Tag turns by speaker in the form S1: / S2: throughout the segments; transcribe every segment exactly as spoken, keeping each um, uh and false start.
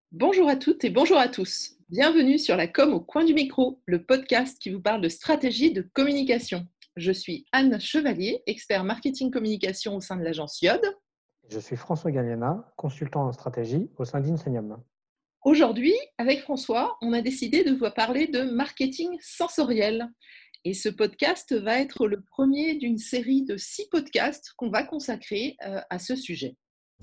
S1: Bonjour à toutes et bonjour à tous. Bienvenue sur la com au coin du micro, le podcast qui vous parle de stratégie de communication. Je suis Anne Chevalier, expert marketing communication au sein de l'agence Yod.
S2: Je suis François Galliena, consultant en stratégie au sein d'Insenium.
S1: Aujourd'hui, avec François, on a décidé de vous parler de marketing sensoriel. Et ce podcast va être le premier d'une série de six podcasts qu'on va consacrer euh, à ce sujet.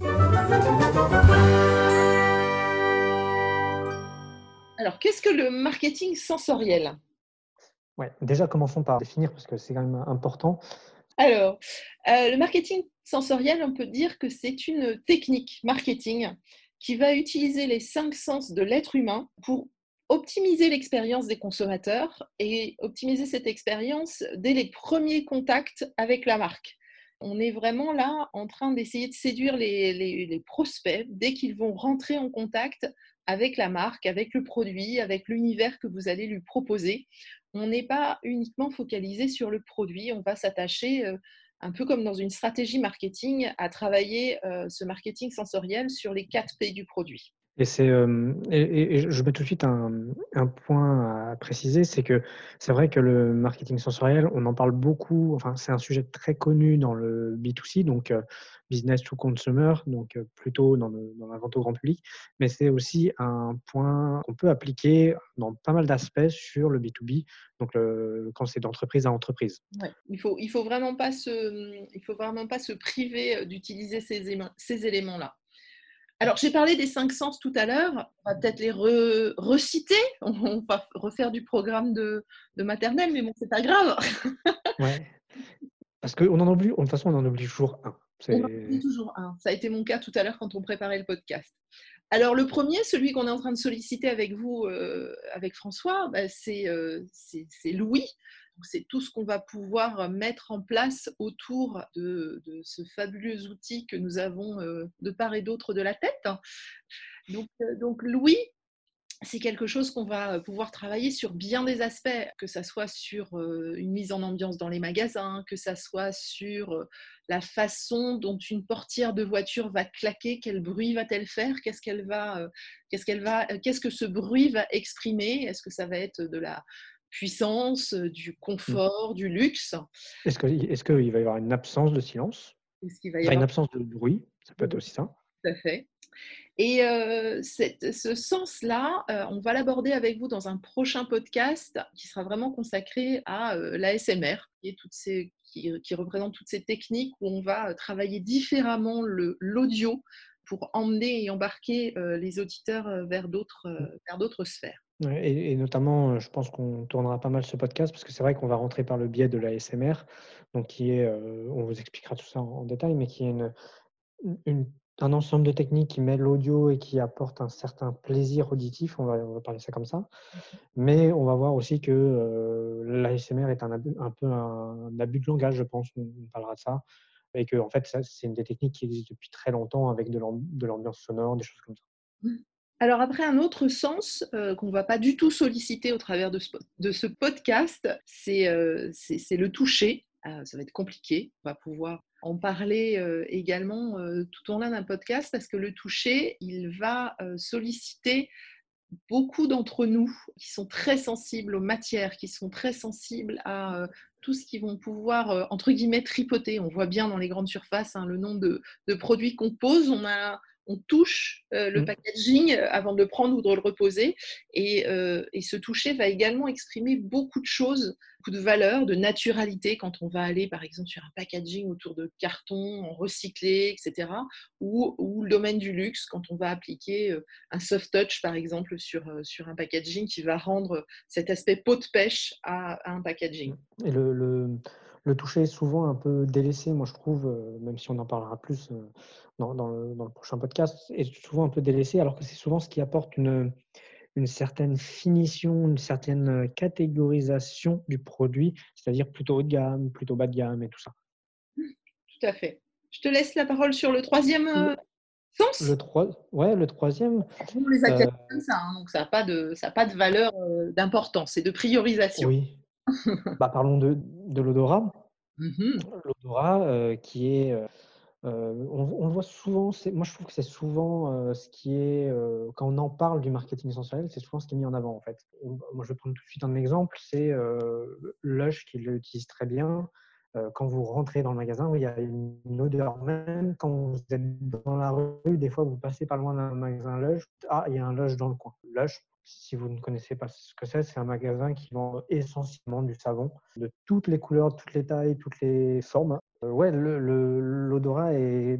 S1: Alors, qu'est-ce que le marketing sensoriel ?
S2: Ouais, déjà commençons par définir parce que c'est quand même important.
S1: Alors, euh, le marketing sensoriel, on peut dire que c'est une technique marketing qui va utiliser les cinq sens de l'être humain pour optimiser l'expérience des consommateurs et optimiser cette expérience dès les premiers contacts avec la marque. On est vraiment là en train d'essayer de séduire les, les- les prospects dès qu'ils vont rentrer en contact avec la marque, avec le produit, avec l'univers que vous allez lui proposer. On n'est pas uniquement focalisé sur le produit, on va s'attacher, euh, un peu comme dans une stratégie marketing, à travailler euh, ce marketing sensoriel sur les quatre P du produit.
S2: Et c'est, hem et et et je mets tout de suite un, un point à préciser, c'est que c'est vrai que le marketing sensoriel, on en parle beaucoup, enfin, c'est un sujet très connu dans le B deux C, donc heu, business to consumer, donc heu, plutôt dans le dans la vente au grand public. Mais c'est aussi un point qu'on peut appliquer dans pas mal d'aspects sur le B deux B, donc heu, quand c'est d'entreprise à entreprise.
S1: Ouais. Il faut, il faut vraiment pas se, il faut vraiment pas se priver d'utiliser ces, éléments- ces éléments-là. Alors, j'ai parlé des cinq sens tout à l'heure. On va peut-être les re- reciter. On va refaire du programme de, de maternelle, mais bon, c'est pas grave.
S2: Ouais, parce qu'on en oublie, de toute façon, on en oublie toujours un.
S1: On en oublie
S2: C'est
S1: toujours un. Ça a été mon cas tout à l'heure quand on préparait le podcast. Alors, le premier, celui qu'on est en train de solliciter avec vous, euh, avec François, bah, c'est euh, c'est- c'est l'ouïe. Donc, c'est tout ce qu'on va pouvoir mettre en place autour de, de ce fabuleux outil que nous avons euh, de part et d'autre de la tête. Donc, euh, donc l'ouïe, c'est quelque chose qu'on va pouvoir travailler sur bien des aspects, que ça soit sur euh, une mise en ambiance dans les magasins, que ça soit sur euh, la façon dont une portière de voiture va claquer, quel bruit va-t-elle faire, qu'est-ce qu'elle va, euh, qu'est-ce qu'elle va, euh, qu'est-ce que ce bruit va exprimer, est-ce que ça va être de la puissance, euh, du
S2: mmh.
S1: confort, du luxe,
S2: Est-ce que est-ce qu'il va y avoir une absence de silence?
S1: est-ce qu'il va y
S2: Enfin, une
S1: avoir
S2: absence de bruit, ça peut être aussi ça.
S1: tout à fait. Et euh, cette- ce sens-là, euh, on va l'aborder avec vous dans un prochain podcast qui sera vraiment consacré à euh, l'A S M R, qui, est toutes ces, qui, qui représente toutes ces techniques où on va euh, travailler différemment le- l'audio pour emmener et embarquer euh, les auditeurs euh, vers d'autres euh,
S2: Mmh.
S1: vers d'autres sphères.
S2: Ouais, et et notamment, heu, je pense qu'on tournera pas mal ce podcast parce que c'est vrai qu'on va rentrer par le biais de l'A S M R, donc qui est, heu, on vous expliquera tout ça en en détail, mais qui est une une une un ensemble de techniques qui mêle l'audio et qui apporte un certain plaisir auditif, on va on va parler ça comme ça. Mais on va voir aussi que, heu, l'A S M R est un abus un peu un abus de langage, je pense, on on parlera de ça et qu'en fait, ça, c'est une des techniques qui existe depuis très longtemps avec de l'amb de l'ambiance sonore, des choses comme ça.
S1: Alors après, un autre sens euh, qu'on ne va pas du tout solliciter au travers de ce, de ce podcast, c'est euh, c'est- c'est le toucher. Euh, ça va être compliqué. On va pouvoir en parler euh, également euh, tout au long d'un podcast parce que le toucher, il va euh, solliciter beaucoup d'entre nous qui sont très sensibles aux matières, qui sont très sensibles à euh, tout ce qu'ils vont pouvoir, euh, entre guillemets, tripoter. On voit bien dans les grandes surfaces hein, le nombre de, de produits qu'on pose. On, a, on touche euh, le
S2: Mmh.
S1: packaging avant de le prendre ou de le reposer. Et, euh, et ce toucher va également exprimer beaucoup de choses, beaucoup de valeurs, de naturalité quand on va aller, par exemple, sur un packaging autour de carton, en recyclé, et cetera. Ou, ou le domaine du luxe, quand on va appliquer euh, un soft touch, par exemple, sur, euh, sur un packaging qui va rendre cet aspect pot de pêche à, à un
S2: Mmh.
S1: packaging.
S2: Et le le le toucher est souvent un peu délaissé, moi je trouve, heu, même si on en parlera plus, heu, dans dans le dans le prochain podcast, est souvent un peu délaissé alors que c'est souvent ce qui apporte une, une certaine finition, une certaine, heu, catégorisation du produit, c'est-à-dire plutôt haut de gamme, plutôt bas de gamme et tout ça.
S1: Tout à fait. Je te laisse la parole sur le troisième
S2: Le
S1: euh,
S2: le
S1: sens.
S2: trois ouais, le troisième,
S1: Nous, on les a
S2: e
S1: classés comme ça, hein, donc ça n'a pas de, ça a pas de valeur euh, d'importance, c'est de priorisation.
S2: oui, bah, parlons de de l'odorat.
S1: Mhm.
S2: L'odorat, heu, qui est, heu Heu, on on le voit souvent, c'est moi je trouve que c'est souvent, heu, ce qui est, heu, quand on en parle du marketing sensoriel, c'est souvent ce qui est mis en avant, en fait. On moi je vais prendre tout de suite un exemple, c'est, heu, Lush qui l'utilise très bien. Heu, quand vous rentrez dans le magasin, il y a une une odeur même quand vous êtes dans la rue, des fois vous passez pas loin d'un magasin Lush, ah, il y a un Lush dans le coin. Lush, si vous ne connaissez pas ce que c'est, c'est un magasin qui vend essentiellement du savon de toutes les couleurs, toutes les tailles, toutes les formes. Heu, ouais, le le l'odorat est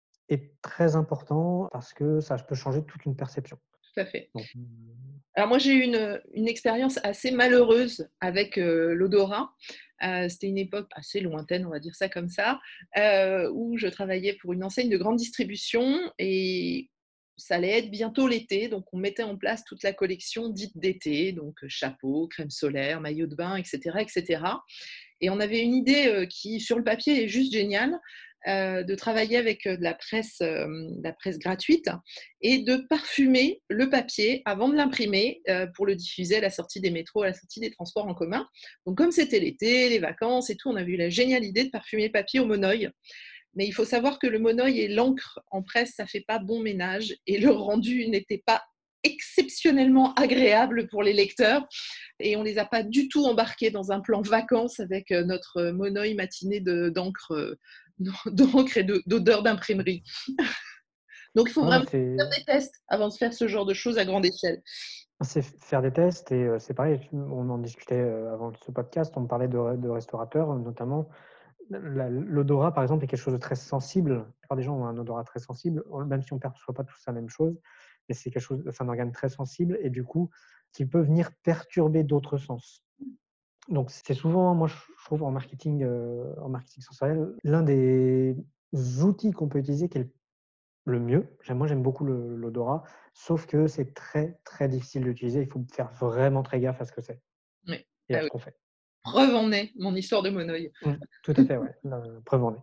S2: est très important parce que ça peut changer toute une perception.
S1: Tout à fait.
S2: Donc, mmh,
S1: Alors moi, j'ai eu une, une expérience assez malheureuse avec euh, l'odorat. Euh, c'était une époque assez lointaine, on va dire ça comme ça, euh, où je travaillais pour une enseigne de grande distribution et ça allait être bientôt l'été, donc on mettait en place toute la collection dite d'été, donc euh, chapeau, crème solaire, maillot de bain, et cetera, et cetera. Et on avait une idée euh, qui, sur le papier, est juste géniale, euh, de travailler avec euh, de la presse, euh, de la presse gratuite et de parfumer le papier avant de l'imprimer euh, pour le diffuser à la sortie des métros, à la sortie des transports en commun. Donc, comme c'était l'été, les vacances et tout, on a eu la géniale idée de parfumer le papier au monoeil. Mais il faut savoir que le monoeil et l'encre en presse, ça ne fait pas bon ménage et le rendu n'était pas exceptionnellement agréable pour les lecteurs et on ne les a pas du tout embarqués dans un plan vacances avec euh, notre monoeil matiné de, d'encre, euh, d'encre et de, d'odeur d'imprimerie. Donc il faut
S2: non, mais
S1: vraiment
S2: c'est
S1: faire des tests avant de faire ce genre de choses à grande échelle.
S2: c'est faire des tests et heu, c'est pareil, tu on en discutait, heu, avant ce podcast, on parlait de de restaurateurs, euh, notamment. La l'odorat, par exemple, est quelque chose de très sensible. La plupart des gens ont un odorat très sensible, même si on ne perçoit pas tous la même chose, mais c'est quelque chose c'est un organe très sensible et du coup, qui peut venir perturber d'autres sens. Donc c'est souvent, moi je trouve en marketing, heu, en marketing sensoriel, l'un des outils qu'on peut utiliser qui est le le mieux. J'aime moi j'aime beaucoup le l'odorat, sauf que c'est très, très difficile d'utiliser. Il faut faire vraiment très gaffe à ce que c'est
S1: Oui.
S2: et à
S1: Ah
S2: ce
S1: oui.
S2: qu'on fait.
S1: Preuve en est mon histoire de monoeil.
S2: Mmh, tout à fait, ouais, la preuve en est.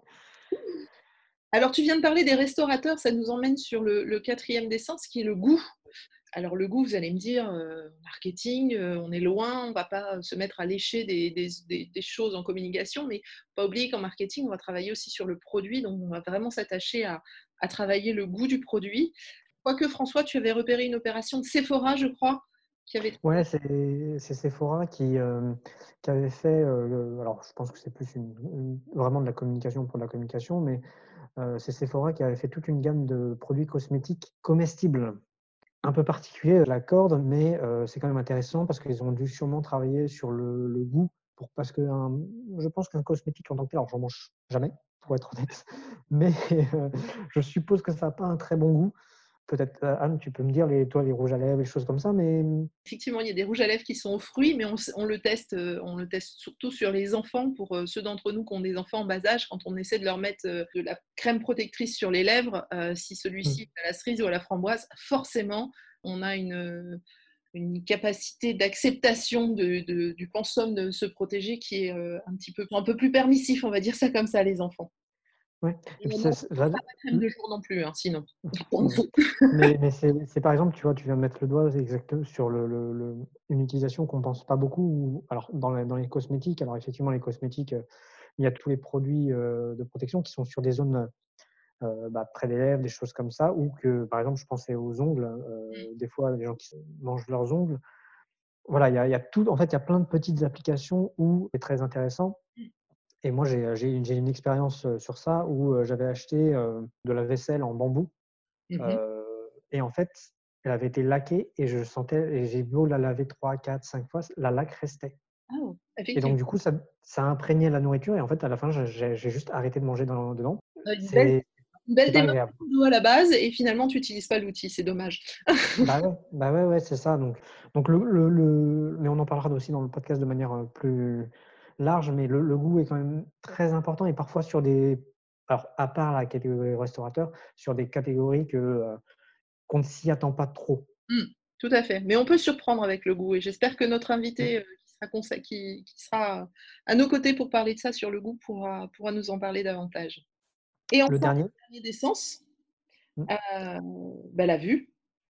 S1: Alors tu viens de parler des restaurateurs, ça nous emmène sur le, le quatrième des sens qui est le goût. Alors le goût, vous allez me dire, euh, marketing, euh, on est loin, on ne va pas se mettre à lécher des, des, des, des choses en communication, mais pas oublier qu'en marketing, on va travailler aussi sur le produit, donc on va vraiment s'attacher à, à travailler le goût du produit. Quoique François, tu avais repéré une opération de Sephora, je crois, qui avait
S2: Ouais,
S1: travaillé.
S2: c'est c'est Sephora qui, hem, qui avait fait, heu, alors je pense que c'est plus une une vraiment de la communication pour de la communication, mais heu, c'est Sephora qui avait fait toute une gamme de produits cosmétiques comestibles. Un peu particulier, la corde, mais heu, c'est quand même intéressant parce qu'ils ont dû sûrement travailler sur le le goût pour parce qu'un je pense qu'un cosmétique en tant que tel, alors j'en mange jamais, pour être honnête, mais heu, je suppose que ça a pas un très bon goût. Peut-être, heu, Anne, tu peux me dire les toi, les rouges à lèvres, les choses comme ça, mais mmh,
S1: Effectivement, il y a des rouges à lèvres qui sont aux fruits, mais on, on le teste, euh, on le teste surtout sur les enfants, pour euh, ceux d'entre nous qui ont des enfants en bas âge, quand on essaie de leur mettre euh, de la crème protectrice sur les lèvres, euh, si
S2: mmh,
S1: celui-ci est à la cerise ou à la framboise, forcément, on a une, une capacité d'acceptation de, de, du pensum de se protéger qui est euh, un petit peu un peu plus permissif, on va dire ça comme ça, les enfants.
S2: ouais et puis
S1: Et
S2: c'est
S1: non,
S2: c'est là
S1: pas la crème de jour non plus, hein, sinon.
S2: ouais. Mais mais c'est c'est par exemple, tu vois, tu viens de mettre le doigt exactement sur le le le une utilisation qu'on pense pas beaucoup ou alors dans la dans les cosmétiques, alors effectivement les cosmétiques, heu, il y a tous les produits, heu, de protection qui sont sur des zones, heu, bah, près des lèvres, des choses comme ça ou que par exemple, je pensais aux ongles, heu, des fois les gens qui se mangent leurs ongles. Voilà, il y a il y a tout en fait, il y a plein de petites applications où c'est très intéressant et moi j'ai, j'ai j'ai une expérience, heu, sur ça où, heu, j'avais acheté, heu, de la vaisselle en bambou.
S1: Mhm.
S2: Heu et en fait, elle avait été laquée et je sentais et j'ai beau la laver trois, quatre, cinq fois, la laque restait
S1: Ah,
S2: et donc
S1: effectivement.
S2: du coup, ça ça imprégnait la nourriture et en fait, à la fin, je j'ai j'ai juste arrêté de manger dans dedans.
S1: Une belle,
S2: C'est
S1: une belle
S2: c'est pas
S1: démarche
S2: agréable.
S1: à la base, et finalement, tu n'utilises pas l'outil, c'est dommage.
S2: Bah ouais, bah ouais, ouais, c'est ça donc donc le le le mais on en parlera aussi dans le podcast de manière, heu, plus large, mais le le goût est quand même très important et parfois sur des alors à part la catégorie restaurateur, sur des catégories que, heu, qu'on ne s'y attend pas trop.
S1: Mmh, tout à fait. Mais on peut surprendre avec le goût et j'espère que notre
S2: Mmh.
S1: invité, heu, qui sera consa qui qui sera à nos côtés pour parler de ça sur le goût pourra pourra nous en parler davantage. Et
S2: Le
S1: enfin,
S2: dernier?
S1: le dernier des sens,
S2: Mmh.
S1: heu, bah, la vue.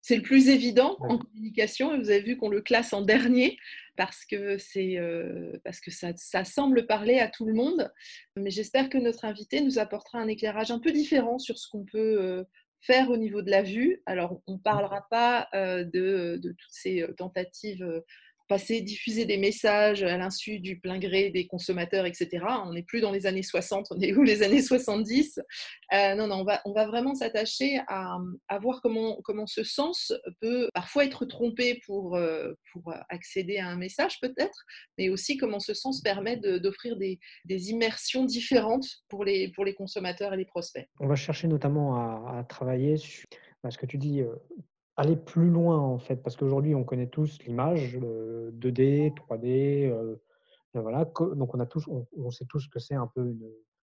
S1: c'est le plus évident en
S2: Ouais.
S1: communication et vous avez vu qu'on le classe en dernier parce que, c'est, heu, parce que ça ça semble parler à tout le monde. Mais j'espère que notre invité nous apportera un éclairage un peu différent sur ce qu'on peut, heu, faire au niveau de la vue. Alors on ne
S2: Mmh.
S1: parlera pas, heu, de de toutes ces, heu, tentatives, heu, passer, diffuser des messages à l'insu du plein gré des consommateurs et cetera. On n'est plus dans les années soixante, on est où les années soixante-dix. Heu, non, non, on va on va vraiment s'attacher à, mmh, à voir comment comment ce sens peut parfois être trompé pour, heu, pour accéder à un message peut-être, mais aussi comment ce sens permet de d'offrir des des immersions différentes pour les pour les consommateurs et les prospects.
S2: On va chercher notamment à à travailler sur bah, ce que tu dis, heu, aller plus loin en fait, parce qu'aujourd'hui on connaît tous l'image, heu, deux D, trois D, heu, heu, voilà, co donc on a tous on on sait tous que c'est un peu une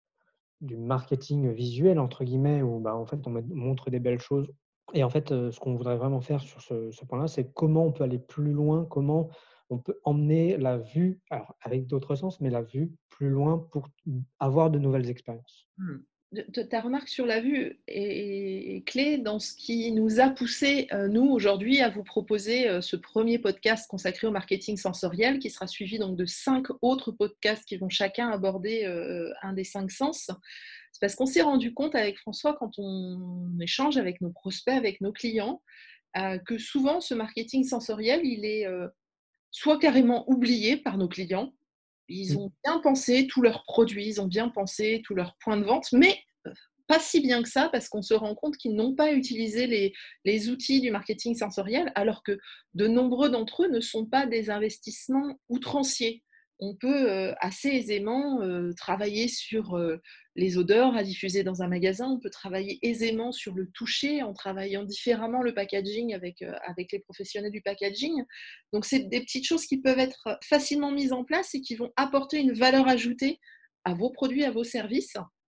S2: du «marketing visuel» entre guillemets où, bah, en fait on met montre des belles choses et en fait, heu, ce qu'on voudrait vraiment faire sur ce ce point-là, c'est comment on peut aller plus loin, comment on peut emmener la vue, alors avec d'autres sens, mais la vue plus loin pour avoir de nouvelles expériences.
S1: Mmh. De te ta remarque sur la vue est est est clé dans ce qui nous a poussés, heu, nous, aujourd'hui, à vous proposer, heu, ce premier podcast consacré au marketing sensoriel qui sera suivi donc de cinq autres podcasts qui vont chacun aborder, heu, un des cinq sens. C'est parce qu'on s'est rendu compte avec François quand on échange avec nos prospects, avec nos clients, heu, que souvent ce marketing sensoriel, il est, heu, soit carrément oublié par nos clients. Ils
S2: Mmh.
S1: ont bien pensé tous leurs produits, ils ont bien pensé tous leurs points de vente, mais heu, pas si bien que ça parce qu'on se rend compte qu'ils n'ont pas utilisé les les outils du marketing sensoriel, alors que de nombreux d'entre eux ne sont pas des investissements outranciers. On peut, heu, assez aisément, heu, travailler sur, heu, les odeurs à diffuser dans un magasin. On peut travailler aisément sur le toucher en travaillant différemment le packaging avec, heu, avec les professionnels du packaging. Donc, c'est des petites choses qui peuvent être facilement mises en place et qui vont apporter une valeur ajoutée à vos produits, à vos services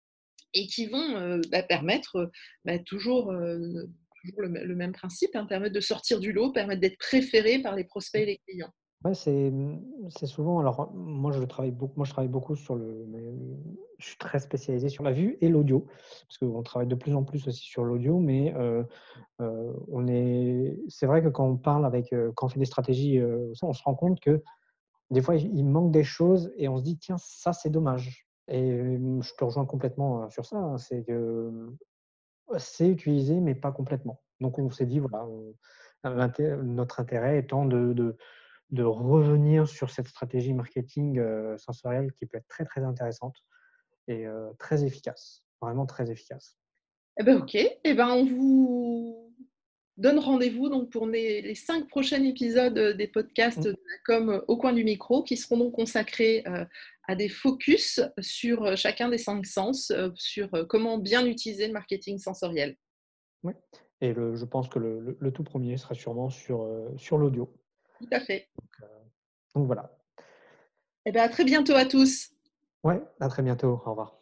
S1: et qui vont, heu, bah, permettre, heu, bah, toujours, heu, toujours le mê le même principe, hein, permettre de sortir du lot, permettre d'être préféré par les prospects et les clients.
S2: Ouais, c'est, mmh, c'est souvent alors, moi je travaille beaucoup moi je travaille beaucoup sur le mais je suis très spécialisé sur la vue et l'audio, parce qu'on travaille de plus en plus aussi sur l'audio, mais heu heu, on est c'est vrai que quand on parle avec, heu, quand on fait des stratégies, heu, ça, on se rend compte que des fois, il il manque des choses et on se dit: «Tiens, ça, c'est dommage» et mmh, je te rejoins complètement, heu, sur ça, hein. C'est que, mmh, c'est utilisé, mais pas complètement. Donc on s'est dit voilà, on l'inté notre intérêt étant de de de revenir sur cette stratégie marketing, heu, sensorielle qui peut être très, très intéressante et heu, très efficace, vraiment très efficace.
S1: Eh ben, OK. Eh ben, on vous donne rendez-vous donc pour les les cinq prochains épisodes, heu, des podcasts
S2: Mmh.
S1: de la com au coin du micro, qui seront donc consacrés, heu, à des focus sur, heu, chacun des cinq sens, heu, sur, heu, comment bien utiliser le marketing sensoriel.
S2: Ouais et le je pense que le le le tout premier sera sûrement sur, heu, sur l'audio.
S1: Tout à fait.
S2: Donc heu, donc voilà.
S1: Eh ben, à très bientôt à tous.
S2: Ouais, à très bientôt. Au revoir.